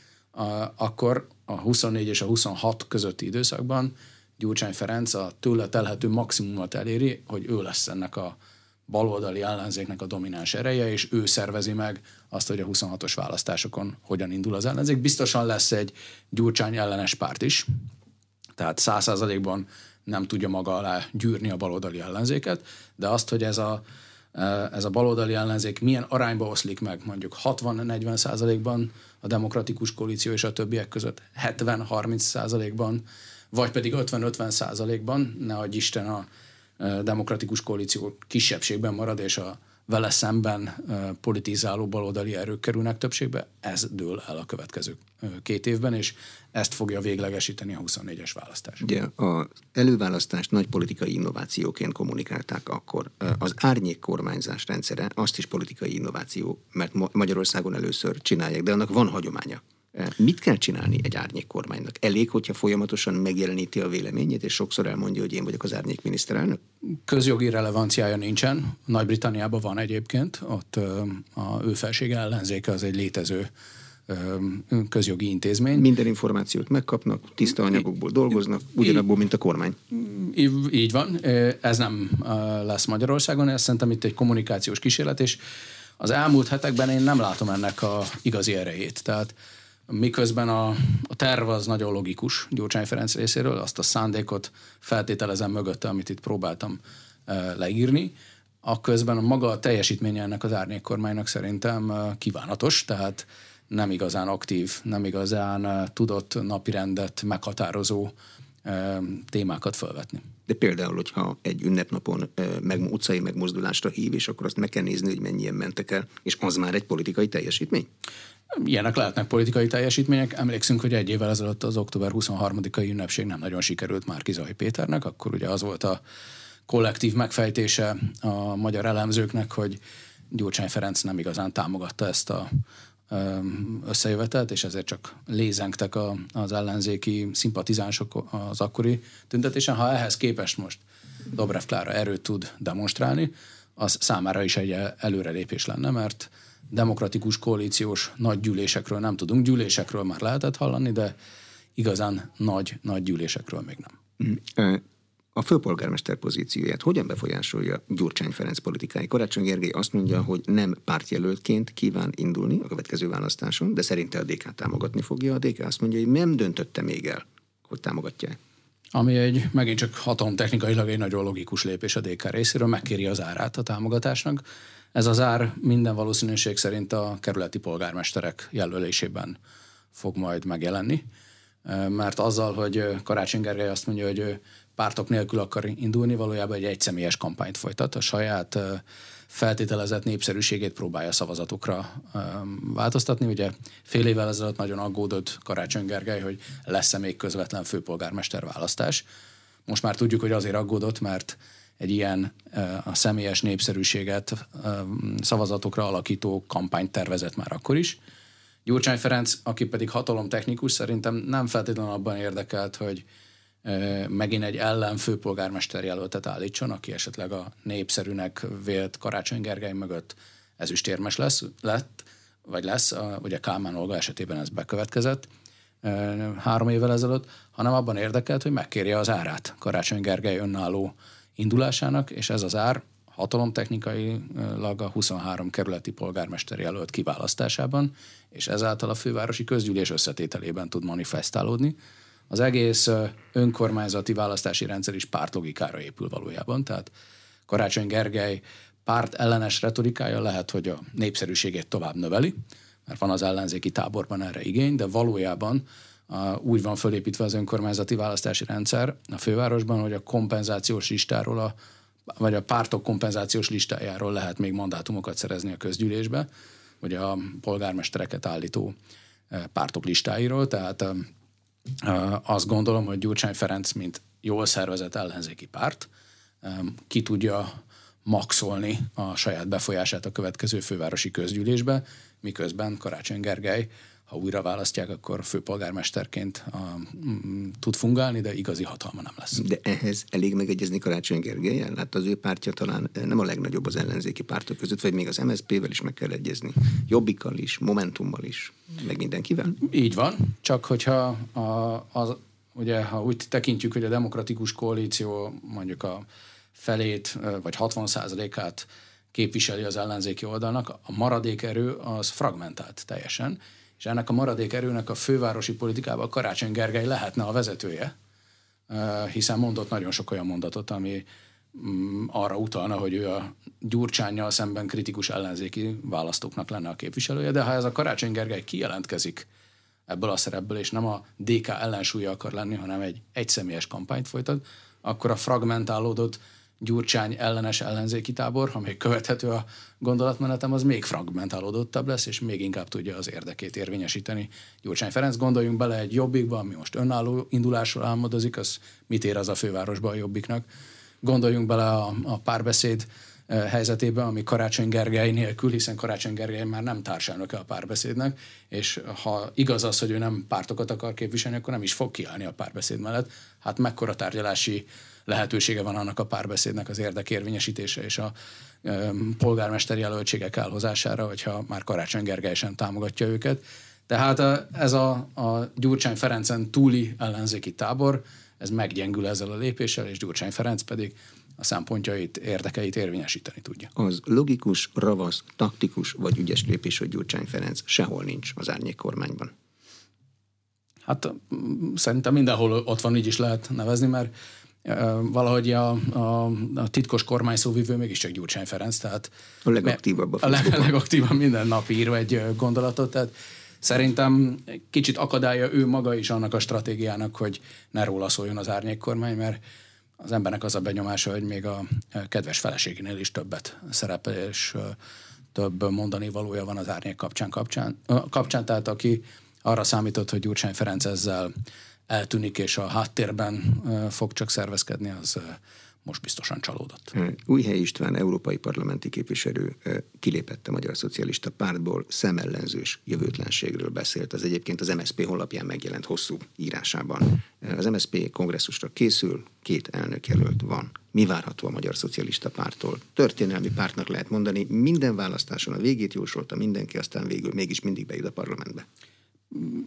S2: akkor a 24 és a 26 közötti időszakban Gyurcsány Ferenc a tőle telhető maximumot eléri, hogy ő lesz ennek a baloldali ellenzéknek a domináns ereje, és ő szervezi meg azt, hogy a 26-os választásokon hogyan indul az ellenzék. Biztosan lesz egy Gyurcsány ellenes párt is, tehát 100%-ban nem tudja maga alá gyűrni a baloldali ellenzéket, de azt, hogy ez a baloldali ellenzék milyen arányba oszlik meg, mondjuk 60-40%-ban a demokratikus koalíció és a többiek között, 70-30%-ban, vagy pedig 50-50%-ban, ne adj Isten a demokratikus koalíció kisebbségben marad, és a vele szemben politizáló baloldali erők kerülnek többségbe, ez dől el a következő 2 évben, és ezt fogja véglegesíteni a 24-es választás.
S1: Ugye az előválasztást nagy politikai innovációként kommunikálták akkor. Az árnyék kormányzás rendszere azt is politikai innováció, mert Magyarországon először csinálják, de annak van hagyománya. Mit kell csinálni egy árnyék kormánynak? Elég, hogyha folyamatosan megjeleníti a véleményét, és sokszor elmondja, hogy én vagyok az árnyék miniszterelnök?
S2: Közjogi relevanciája nincsen. Nagy-Britanniában van egyébként, ott a ő felsége ellenzéke az egy létező közjogi intézmény.
S1: Minden információt megkapnak, tiszta anyagokból dolgoznak, ugyanabból, mint a kormány.
S2: Így van. Ez nem lesz Magyarországon, ez szerintem itt egy kommunikációs kísérlet, és az elmúlt hetekben én nem látom ennek a igazi erejét. Tehát miközben a terv az nagyon logikus Gyurcsány Ferenc részéről, azt a szándékot feltételezem mögötte, amit itt próbáltam leírni, akközben maga a teljesítménye ennek az árnyékkormánynak szerintem kívánatos, tehát nem igazán aktív, nem igazán tudott napirendet meghatározó témákat felvetni.
S1: De például, hogyha egy ünnepnapon utcai megmozdulásra hív, és akkor azt meg kell nézni, hogy mennyien mentek el, és az már egy politikai teljesítmény?
S2: Ilyenek lehetnek politikai teljesítmények. Emlékszünk, hogy 1 évvel ezelőtt az október 23-ai ünnepség nem nagyon sikerült Márki-Zay Péternek, akkor ugye az volt a kollektív megfejtése a magyar elemzőknek, hogy Gyurcsány Ferenc nem igazán támogatta ezt a összejövetelt, és ezért csak lézengtek az ellenzéki szimpatizánsok az akkori tüntetésen. Ha ehhez képest most Dobrev Klára erőt tud demonstrálni, az számára is egy előrelépés lenne, mert demokratikus koalíciós nagy gyűlésekről nem tudunk, gyűlésekről már lehetett hallani, de igazán nagy gyűlésekről még nem.
S1: A főpolgármester pozícióját hogyan befolyásolja Gyurcsány Ferenc politikái? Karácsony Gergely azt mondja, hogy nem pártjelöltként kíván indulni a következő választáson, de szerinte a DK támogatni fogja. A DK azt mondja, hogy nem döntötte még el, hogy támogatja.
S2: Ami megint csak hatalomtechnikailag egy nagyon logikus lépés a DK részéről, megkéri az árát a támogatásnak. Ez az ár minden valószínűség szerint a kerületi polgármesterek jelölésében fog majd megjelenni, mert azzal, hogy Karácsony Gergely azt mondja, hogy ő pártok nélkül akar indulni, valójában egy egyszemélyes kampányt folytat, a saját feltételezett népszerűségét próbálja szavazatokra változtatni. Ugye fél évvel ezelőtt nagyon aggódott Karácsony Gergely, hogy lesz-e még közvetlen főpolgármester választás. Most már tudjuk, hogy azért aggódott, mert egy ilyen a személyes népszerűséget szavazatokra alakító kampányt tervezett már akkor is. Gyurcsány Ferenc, aki pedig hatalomtechnikus, szerintem nem feltétlenül abban érdekelt, hogy megint egy ellen főpolgármester jelöltet állítson, aki esetleg a népszerűnek vélt Karácsony Gergely mögött ezüstérmes lesz. Ugye Kálmán Olga esetében ez bekövetkezett 3 évvel ezelőtt, hanem abban érdekelt, hogy megkérje az árát Karácsony Gergely önálló indulásának, és ez az ár hatalomtechnikailag a 23 kerületi polgármester jelölt kiválasztásában, és ezáltal a fővárosi közgyűlés összetételében tud manifestálódni. Az egész önkormányzati választási rendszer is pártlogikára épül valójában, tehát Karácsony Gergely párt ellenes retorikája lehet, hogy a népszerűségét tovább növeli, mert van az ellenzéki táborban erre igény, de valójában úgy van fölépítve az önkormányzati választási rendszer a fővárosban, hogy a kompenzációs listáról, vagy a pártok kompenzációs listájáról lehet még mandátumokat szerezni a közgyűlésbe, vagy a polgármestereket állító pártok listáiról, tehát azt gondolom, hogy Gyurcsány Ferenc, mint jól szervezett ellenzéki párt, ki tudja maxolni a saját befolyását a következő fővárosi közgyűlésbe, miközben Karácsony Gergely, ha újra választják, akkor főpolgármesterként tud fungálni, de igazi hatalma nem lesz.
S1: De ehhez elég megegyezni Karácsony Gergellyel? Hát az ő pártja talán nem a legnagyobb az ellenzéki pártok között, vagy még az MSZP-vel is meg kell egyezni. Jobbikkal is, Momentummal is, meg mindenkivel?
S2: Így van, csak hogyha ugye, ha úgy tekintjük, hogy a demokratikus koalíció mondjuk a felét vagy 60%-át képviseli az ellenzéki oldalnak, a maradék erő az fragmentált teljesen, és ennek a maradék erőnek a fővárosi politikában Karácsony Gergely lehetne a vezetője, hiszen mondott nagyon sok olyan mondatot, ami arra utalna, hogy ő a Gyurcsánnyal szemben kritikus ellenzéki választóknak lenne a képviselője, de ha ez a Karácsony Gergely kijelentkezik ebből a szerepből, és nem a DK ellensúlya akar lenni, hanem egy egyszemélyes kampányt folytat, akkor a fragmentálódott Gyurcsány ellenes ellenzéki tábor, ha még követhető a gondolatmenetem, az még fragmentálódottabb lesz, és még inkább tudja az érdekét érvényesíteni Gyurcsány Ferenc. Gondoljunk bele egy Jobbikba, ami most önálló indulásról álmodozik, az mit ér az a fővárosba a Jobbiknak. Gondoljunk bele a Párbeszéd helyzetében, ami Karácsony Gergely nélkül, hiszen Karácsony Gergely már nem társelnöke a Párbeszédnek, és ha igaz az, hogy ő nem pártokat akar képviselni, akkor nem is fog kiállni a Párbeszéd mellett. Hát mekkora tárgyalási lehetősége van annak a Párbeszédnek az érdekérvényesítése és a polgármester jelöltségek elhozására, hogyha már Karácsony Gergely sem támogatja őket. Tehát ez a Gyurcsány Ferencen túli ellenzéki tábor, ez meggyengül ezzel a lépéssel, és Gyurcsány Ferenc pedig a szempontjait, érdekeit érvényesíteni tudja.
S1: Az logikus, ravasz, taktikus vagy ügyes lépés, hogy Gyurcsány Ferenc sehol nincs az árnyék kormányban?
S2: Hát szerintem mindenhol ott van, így is lehet nevezni, mert valahogy a titkos kormányszóvivő mégiscsak Gyurcsány Ferenc, tehát
S1: a legaktívabb
S2: a legaktívabb minden nap ír egy gondolatot, tehát szerintem kicsit akadálya ő maga is annak a stratégiának, hogy ne róla szóljon az árnyék kormány, mert az embernek az a benyomása, hogy még a kedves feleségénél is többet szerepel, és több mondani valója van az árnyék kapcsán, tehát aki arra számított, hogy Gyurcsány Ferenc ezzel eltűnik, és a háttérben fog csak szervezkedni, az most biztosan csalódott.
S1: Újhely István, európai parlamenti képviselő kilépett a Magyar Szocialista Pártból, szemellenzős jövőtlenségről beszélt. Az egyébként az MSZP honlapján megjelent hosszú írásában. Az MSZP kongresszusra készül, 2 elnökjelölt van. Mi várható a Magyar Szocialista Párttól? Történelmi pártnak lehet mondani, minden választáson a végét jósolta mindenki, aztán végül mégis mindig bejut a parlamentbe.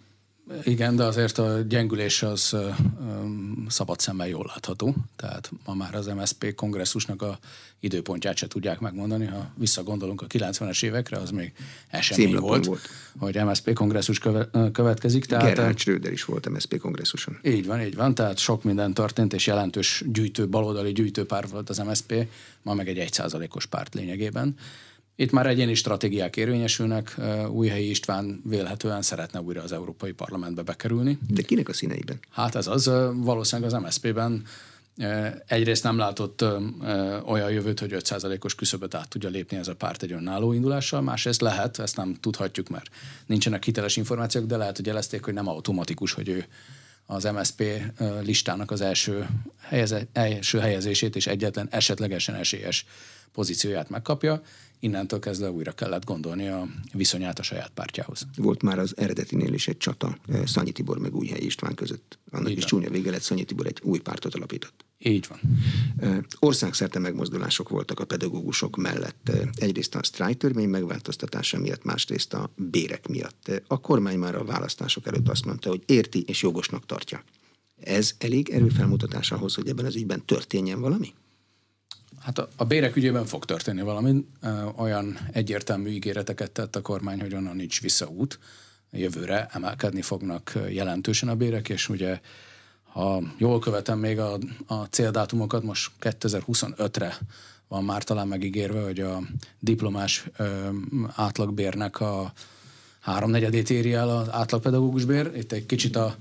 S2: Igen, de azért a gyengülés az szabad szemmel jól látható. Tehát ma már az MSZP kongresszusnak a időpontját se tudják megmondani. Ha visszagondolunk a 90-es évekre, az még esemény volt, hogy MSZP kongresszus következik.
S1: Gerhard Schröder is volt MSZP kongresszuson.
S2: Így van. Tehát sok minden történt, és jelentős baloldali gyűjtőpárt volt az MSZP, ma meg egy 1%-os párt lényegében. Itt már egyéni stratégiák érvényesülnek, Újhelyi István vélhetően szeretne újra az Európai Parlamentbe bekerülni.
S1: De kinek a színeiben?
S2: Hát ez az, valószínűleg az MSZP-ben egyrészt nem látott olyan jövőt, hogy 5%-os küszöböt át tudja lépni ez a párt egy önálló indulással, másrészt lehet, ezt nem tudhatjuk, mert nincsenek hiteles információk, de lehet, hogy jelezték, hogy nem automatikus, hogy ő az MSZP listának az első helyezését és egyetlen esetlegesen esélyes pozícióját megkapja. Innentől kezdve újra kellett gondolni a viszonyát a saját pártjához.
S1: Volt már az eredetinél is egy csata Szanyi Tibor meg Újhelyi István között. Annak is csúnya vége lett, Szanyi Tibor egy új pártot alapított.
S2: Így van.
S1: Országszerte megmozdulások voltak a pedagógusok mellett. Egyrészt a sztrájktörvény megváltoztatása miatt, másrészt a bérek miatt. A kormány már a választások előtt azt mondta, hogy érti és jogosnak tartja. Ez elég erőfelmutatás ahhoz, hogy ebben az ügyben történjen valami?
S2: Hát a bérek ügyében fog történni valami. Olyan egyértelmű ígéreteket tett a kormány, hogy onnan nincs visszaút. Jövőre emelkedni fognak jelentősen a bérek, és ugye, ha jól követem még a céldátumokat, most 2025-re van már talán megígérve, hogy a diplomás átlagbérnek a 3/4-ét éri el az átlagpedagógus bér. Itt egy kicsit a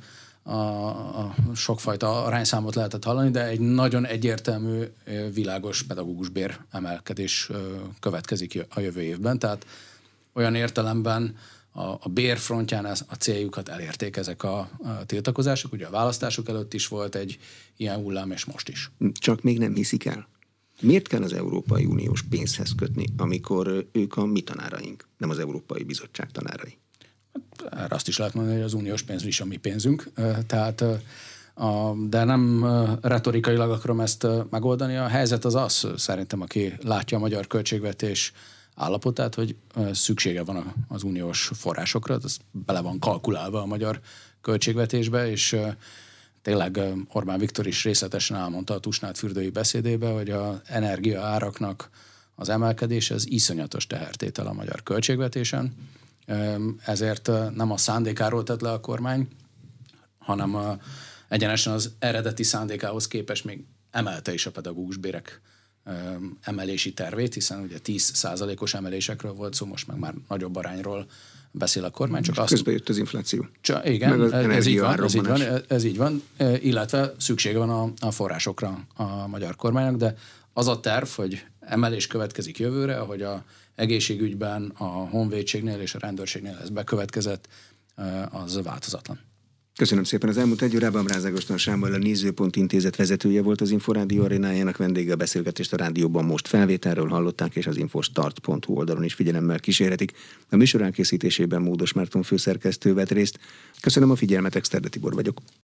S2: sokfajta arányszámot lehetett hallani, de egy nagyon egyértelmű, világos pedagógus bér emelkedés következik a jövő évben. Tehát olyan értelemben a bérfrontján a céljukat elérték ezek a tiltakozások. Ugye a választások előtt is volt egy ilyen hullám, és most is.
S1: Csak még nem hiszik el. Miért kell az Európai Uniós pénzhez kötni, amikor ők a mi tanáraink, nem az Európai Bizottság tanárai?
S2: Erre azt is lehet mondani, hogy az uniós pénz is a mi pénzünk, de nem retorikailag akarom ezt megoldani. A helyzet az szerintem, aki látja a magyar költségvetés állapotát, hogy szüksége van az uniós forrásokra, ez bele van kalkulálva a magyar költségvetésbe, és tényleg Orbán Viktor is részletesen elmondta a Tusnád-fürdői beszédébe, hogy az energiaáraknak az emelkedése az iszonyatos tehertétel a magyar költségvetésen. Ezért nem a szándékáról tett le a kormány, hanem egyenesen az eredeti szándékához képest még emelte is a pedagógus bérek emelési tervét, hiszen ugye 10%-os emelésekről volt szó, most meg már nagyobb arányról beszél a kormány. Csak
S1: közben jött az infláció.
S2: Igen, ez így van, illetve szüksége van a forrásokra a magyar kormánynak, de az a terv, hogy emelés következik jövőre, ahogy a egészségügyben, a honvédségnél és a rendőrségnél ez bekövetkezett, az változatlan.
S1: Köszönöm szépen. Az elmúlt egy órában Ráz Ágoston Sámuel, a Nézőpont Intézet vezetője volt az Inforádió arénájának vendége. A beszélgetést a rádióban most felvételről hallották, és az infostart.hu oldalon is figyelemmel kísérhetik. A műsor elkészítésében Módos Márton főszerkesztő vett részt. Köszönöm a figyelmet, Exterde Tibor vagyok.